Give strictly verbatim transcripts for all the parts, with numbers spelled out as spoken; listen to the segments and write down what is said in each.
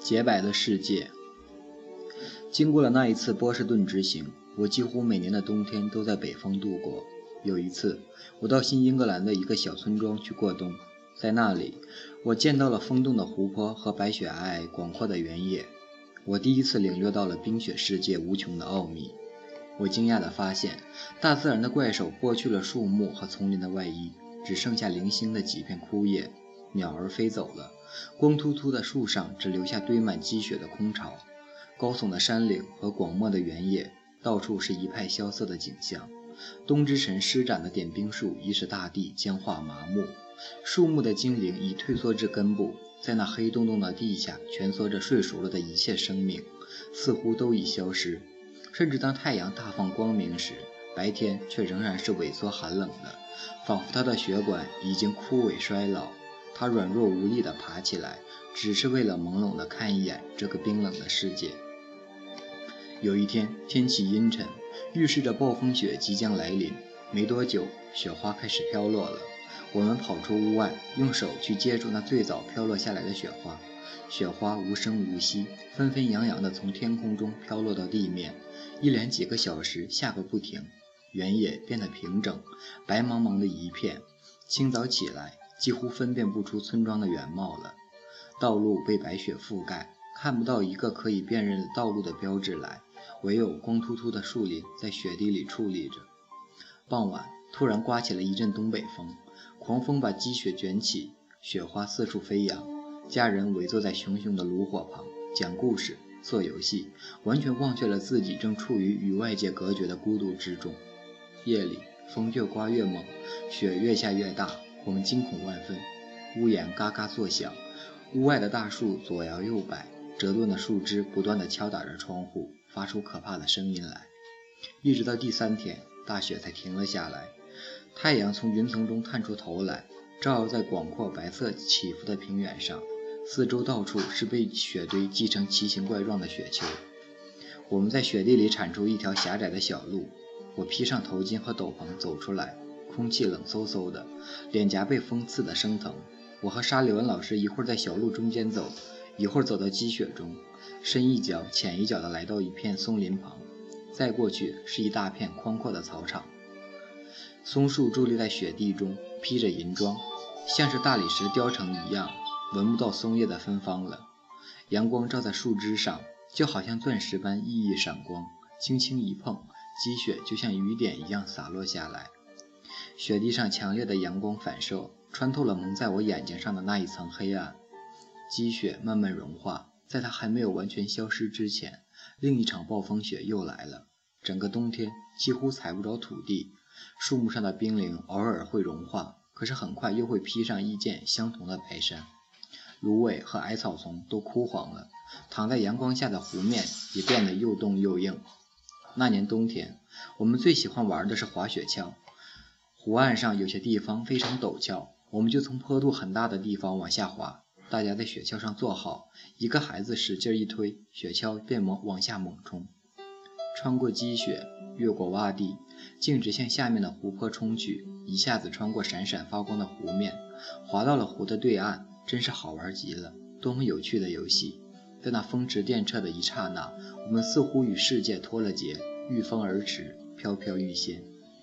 洁白的世界。经过了那一次波士顿之行，我几乎每年的冬天都在北方度过。有一次，我到新英格兰的一个小村庄去过冬，在那里，我见到了风动的湖泊和白雪皑皑广阔的原野。我第一次领略到了冰雪世界无穷的奥秘。我惊讶地发现，大自然的怪手剥去了树木和丛林的外衣，只剩下零星的几片枯叶。鸟儿飞走了，光秃秃的树上只留下堆满积雪的空巢。高耸的山岭和广袤的原野，到处是一派萧瑟的景象。冬之神施展的点冰术已使大地僵化麻木，树木的精灵已退缩至根部，在那黑洞洞的地下蜷缩着睡熟了的一切生命，似乎都已消失。甚至当太阳大放光明时，白天却仍然是萎缩寒冷的，仿佛它的血管已经枯萎衰老。它软弱无力地爬起来，只是为了朦胧地看一眼这个冰冷的世界。有一天，天气阴沉，预示着暴风雪即将来临。没多久，雪花开始飘落了。我们跑出屋外，用手去接住那最早飘落下来的雪花。雪花无声无息，纷纷扬扬地从天空中飘落到地面，一连几个小时下个不停。原野变得平整，白茫茫的一片。清早起来，几乎分辨不出村庄的原貌了。道路被白雪覆盖，看不到一个可以辨认道路的标志来，唯有光秃秃的树林在雪地里矗立着。傍晚，突然刮起了一阵东北风，狂风把积雪卷起，雪花四处飞扬。家人围坐在熊熊的炉火旁，讲故事、做游戏，完全忘却了自己正处于与外界隔绝的孤独之中。夜里，风越刮越猛，雪越下越大，我们惊恐万分。屋檐嘎嘎作响，屋外的大树左摇右摆，折断的树枝不断地敲打着窗户，发出可怕的声音来。一直到第三天，大雪才停了下来。太阳从云层中探出头来，照耀在广阔白色起伏的平原上，四周到处是被雪堆积成奇形怪状的雪丘。我们在雪地里铲出一条狭窄的小路，我披上头巾和斗篷走出来，空气冷飕飕的，脸颊被风刺得生疼。我和沙利文老师一会儿在小路中间走，一会儿走到积雪中，深一脚浅一脚地来到一片松林旁，再过去是一大片宽阔的草场。松树伫立在雪地中，披着银装，像是大理石雕成一样，闻不到松叶的芬芳了。阳光照在树枝上，就好像钻石般熠熠闪光，轻轻一碰，积雪就像雨点一样洒落下来。雪地上强烈的阳光反射，穿透了蒙在我眼睛上的那一层黑暗。积雪慢慢融化，在它还没有完全消失之前，另一场暴风雪又来了。整个冬天几乎踩不着土地，树木上的冰凌偶尔会融化，可是很快又会披上一件相同的白衫。芦苇和矮草丛都枯黄了，躺在阳光下的湖面也变得又冻又硬。那年冬天，我们最喜欢玩的是滑雪橇。湖岸上有些地方非常陡峭，我们就从坡度很大的地方往下滑。大家在雪橇上坐好，一个孩子使劲一推，雪橇便猛往下猛冲。穿过积雪，越过洼地，径直向下面的湖泊冲去，一下子穿过闪闪发光的湖面，滑到了湖的对岸，真是好玩极了，多么有趣的游戏！在那风驰电掣的一刹那，我们似乎与世界脱了节，御风而驰，飘飘欲仙。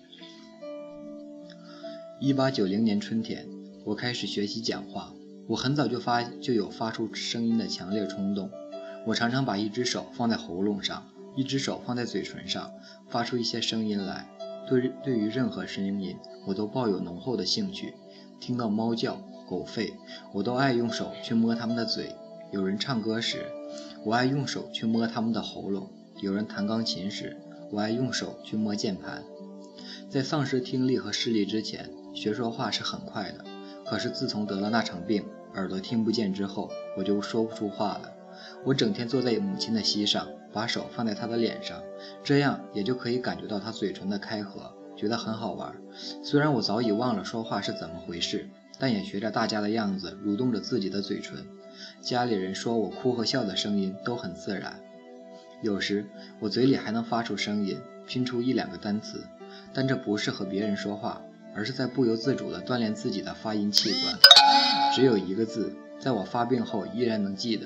一八九零年春天，我开始学习讲话。我很早就发就有发出声音的强烈冲动。我常常把一只手放在喉咙上，一只手放在嘴唇上，发出一些声音来。对对于任何声音，我都抱有浓厚的兴趣。听到猫叫、狗吠，我都爱用手去摸它们的嘴。有人唱歌时，我爱用手去摸他们的喉咙；有人弹钢琴时，我爱用手去摸键盘。在丧失听力和视力之前，学说话是很快的。可是自从得了那场病，耳朵听不见之后，我就说不出话了。我整天坐在母亲的膝上，把手放在她的脸上，这样也就可以感觉到她嘴唇的开合，觉得很好玩。虽然我早已忘了说话是怎么回事，但也学着大家的样子蠕动着自己的嘴唇。家里人说我哭和笑的声音都很自然。有时我嘴里还能发出声音，拼出一两个单词，但这不是和别人说话，而是在不由自主地锻炼自己的发音器官。只有一个字，在我发病后依然能记得，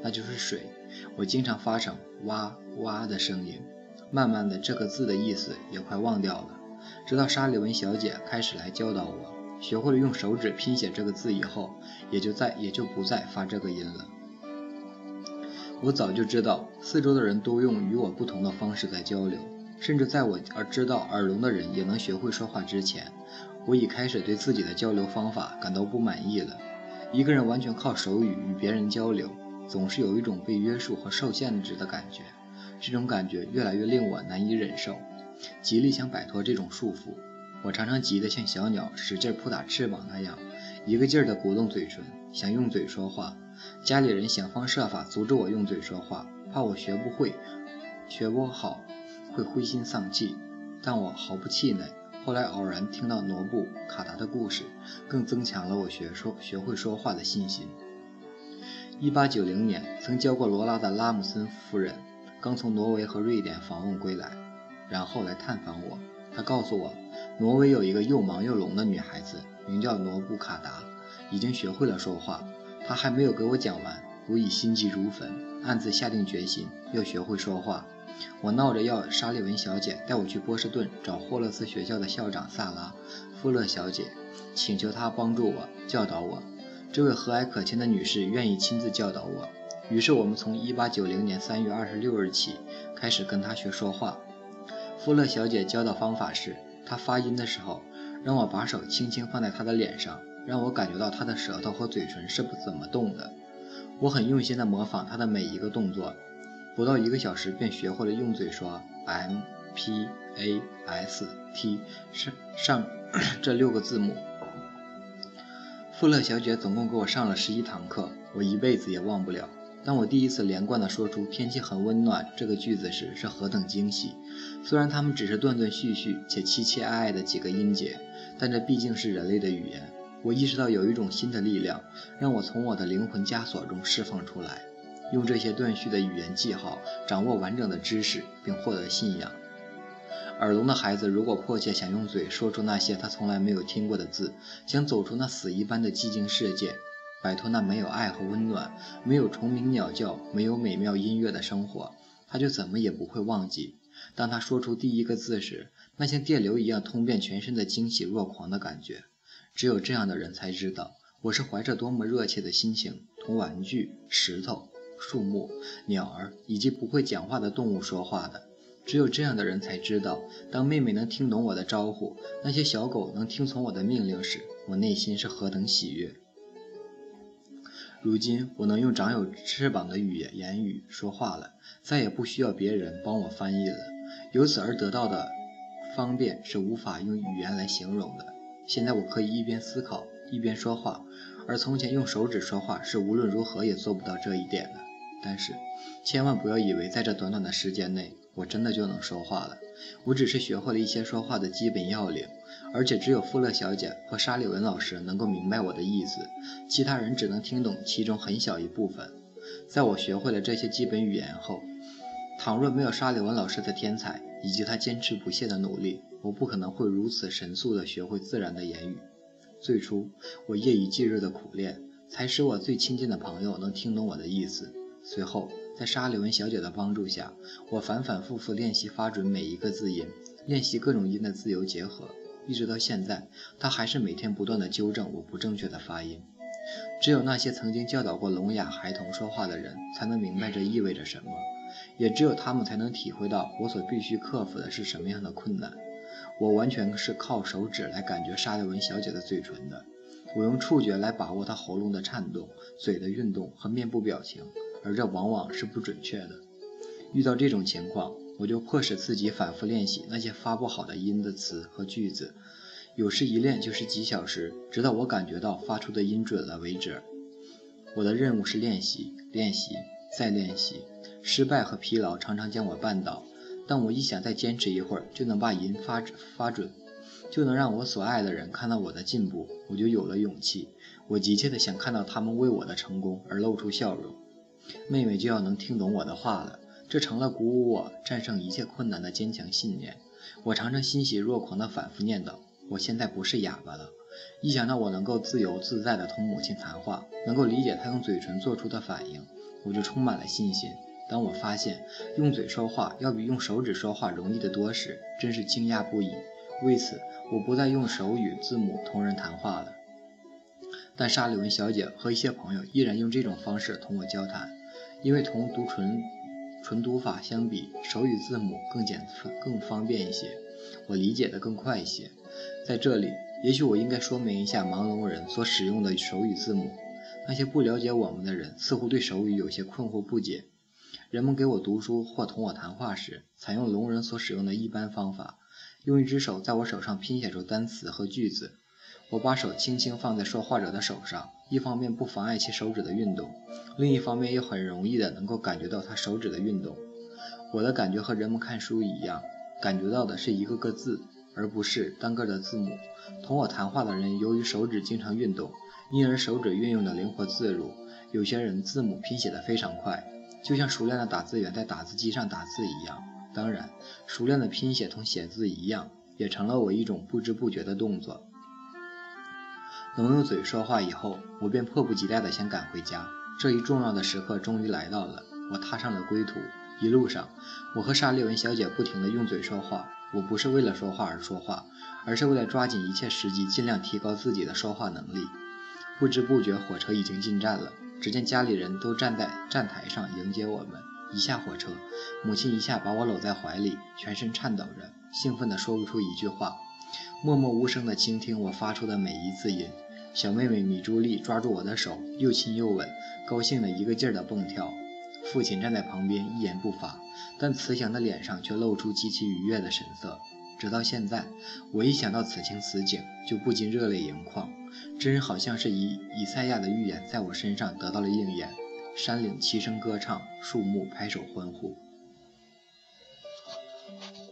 那就是水。我经常发成哇哇的声音，慢慢的这个字的意思也快忘掉了。直到沙利文小姐开始来教导我，学会了用手指拼写这个字以后，也就再也就不再发这个音了。我早就知道四周的人都用与我不同的方式在交流，甚至在我而知道耳聋的人也能学会说话之前，我已开始对自己的交流方法感到不满意了。一个人完全靠手语与别人交流，总是有一种被约束和受限制的感觉，这种感觉越来越令我难以忍受，极力想摆脱这种束缚。我常常急得像小鸟使劲扑打翅膀那样，一个劲儿地鼓动嘴唇，想用嘴说话。家里人想方设法阻止我用嘴说话，怕我学不会学不好会灰心丧气，但我毫不气馁。后来偶然听到罗布卡达的故事，更增强了我学说学会说话的信心。一八九零年，曾教过罗拉的拉姆森夫人刚从挪威和瑞典访问归来，然后来探访我。她告诉我，挪威有一个又盲又聋的女孩子，名叫罗布卡达，已经学会了说话。她还没有给我讲完，我已心急如焚，暗自下定决心要学会说话。我闹着要沙利文小姐带我去波士顿找霍勒斯学校的校长萨拉·富勒小姐，请求她帮助我教导我。这位和蔼可亲的女士愿意亲自教导我，于是我们从一八九零年三月二十六日起开始跟她学说话。富勒小姐教的方法是，她发音的时候让我把手轻轻放在她的脸上，让我感觉到她的舌头和嘴唇是不怎么动的。我很用心地模仿她的每一个动作，不到一个小时便学会了用嘴说 M P A S T 上这六个字母。富勒小姐总共给我上了十一堂课，我一辈子也忘不了。当我第一次连贯地说出天气很温暖这个句子时，是何等惊喜。虽然它们只是断断续续且凄凄哀哀的几个音节，但这毕竟是人类的语言。我意识到有一种新的力量让我从我的灵魂枷锁中释放出来，用这些断续的语言记号掌握完整的知识并获得信仰。耳聋的孩子如果迫切想用嘴说出那些他从来没有听过的字，想走出那死一般的寂静世界，摆脱那没有爱和温暖、没有虫鸣鸟叫、没有美妙音乐的生活，他就怎么也不会忘记，当他说出第一个字时，那像电流一样通遍全身的惊喜若狂的感觉。只有这样的人才知道，我是怀着多么热切的心情同玩具、石头、树木、鸟儿以及不会讲话的动物说话的。只有这样的人才知道，当妹妹能听懂我的招呼，那些小狗能听从我的命令时，我内心是何等喜悦。如今我能用长有翅膀的语言言语说话了，再也不需要别人帮我翻译了。由此而得到的方便是无法用语言来形容的。现在我可以一边思考一边说话，而从前用手指说话是无论如何也做不到这一点的。但是千万不要以为在这短短的时间内我真的就能说话了，我只是学会了一些说话的基本要领，而且只有富勒小姐和沙利文老师能够明白我的意思，其他人只能听懂其中很小一部分。在我学会了这些基本语言后，倘若没有沙利文老师的天才以及他坚持不懈的努力，我不可能会如此神速地学会自然的言语。最初我夜以继日的苦练，才使我最亲近的朋友能听懂我的意思。随后在沙利文小姐的帮助下，我反反复复练习发准每一个字音，练习各种音的自由结合，一直到现在，她还是每天不断地纠正我不正确的发音。只有那些曾经教导过聋哑孩童说话的人才能明白这意味着什么，也只有他们才能体会到我所必须克服的是什么样的困难。我完全是靠手指来感觉沙利文小姐的嘴唇的，我用触觉来把握她喉咙的颤动、嘴的运动和面部表情，而这往往是不准确的。遇到这种情况，我就迫使自己反复练习那些发不好的音的词和句子，有时一练就是几小时，直到我感觉到发出的音准了为止。我的任务是练习，练习，再练习。失败和疲劳常常将我绊倒，但我一想再坚持一会儿就能把音发发准，就能让我所爱的人看到我的进步，我就有了勇气。我急切地想看到他们为我的成功而露出笑容。妹妹就要能听懂我的话了，这成了鼓舞我战胜一切困难的坚强信念。我常常欣喜若狂地反复念叨，我现在不是哑巴了。一想到我能够自由自在地同母亲谈话，能够理解她用嘴唇做出的反应， 我就充满了信心。当我发现用嘴说话要比用手指说话容易得多时，真是惊讶不已。为此，我不再用手语字母同人谈话了。但沙利文小姐和一些朋友依然用这种方式同我交谈，因为同读纯纯读法相比，手语字母更简更方便一些，我理解的更快一些。在这里，也许我应该说明一下盲聋人所使用的手语字母。那些不了解我们的人似乎对手语有些困惑不解。人们给我读书或同我谈话时，采用聋人所使用的一般方法，用一只手在我手上拼写出单词和句子。我把手轻轻放在说话者的手上，一方面不妨碍其手指的运动，另一方面又很容易的能够感觉到他手指的运动。我的感觉和人们看书一样，感觉到的是一个个字，而不是单个的字母。同我谈话的人由于手指经常运动，因而手指运用的灵活自如。有些人字母拼写得非常快，就像熟练的打字员在打字机上打字一样。当然，熟练的拼写同写字一样，也成了我一种不知不觉的动作。能用嘴说话以后，我便迫不及待地想赶回家。这一重要的时刻终于来到了，我踏上了归途。一路上，我和沙利文小姐不停地用嘴说话。我不是为了说话而说话，而是为了抓紧一切时机，尽量提高自己的说话能力。不知不觉，火车已经进站了。只见家里人都站在站台上迎接我们。一下火车，母亲一下把我搂在怀里，全身颤抖着，兴奋地说不出一句话，默默无声地倾听我发出的每一字音。小妹妹米朱莉抓住我的手，又亲又吻，高兴得一个劲儿地蹦跳。父亲站在旁边一言不发，但慈祥的脸上却露出极其愉悦的神色。直到现在，我一想到此情此景，就不禁热泪盈眶，真好像是以以赛亚的预言在我身上得到了应验。山岭齐声歌唱，树木拍手欢呼。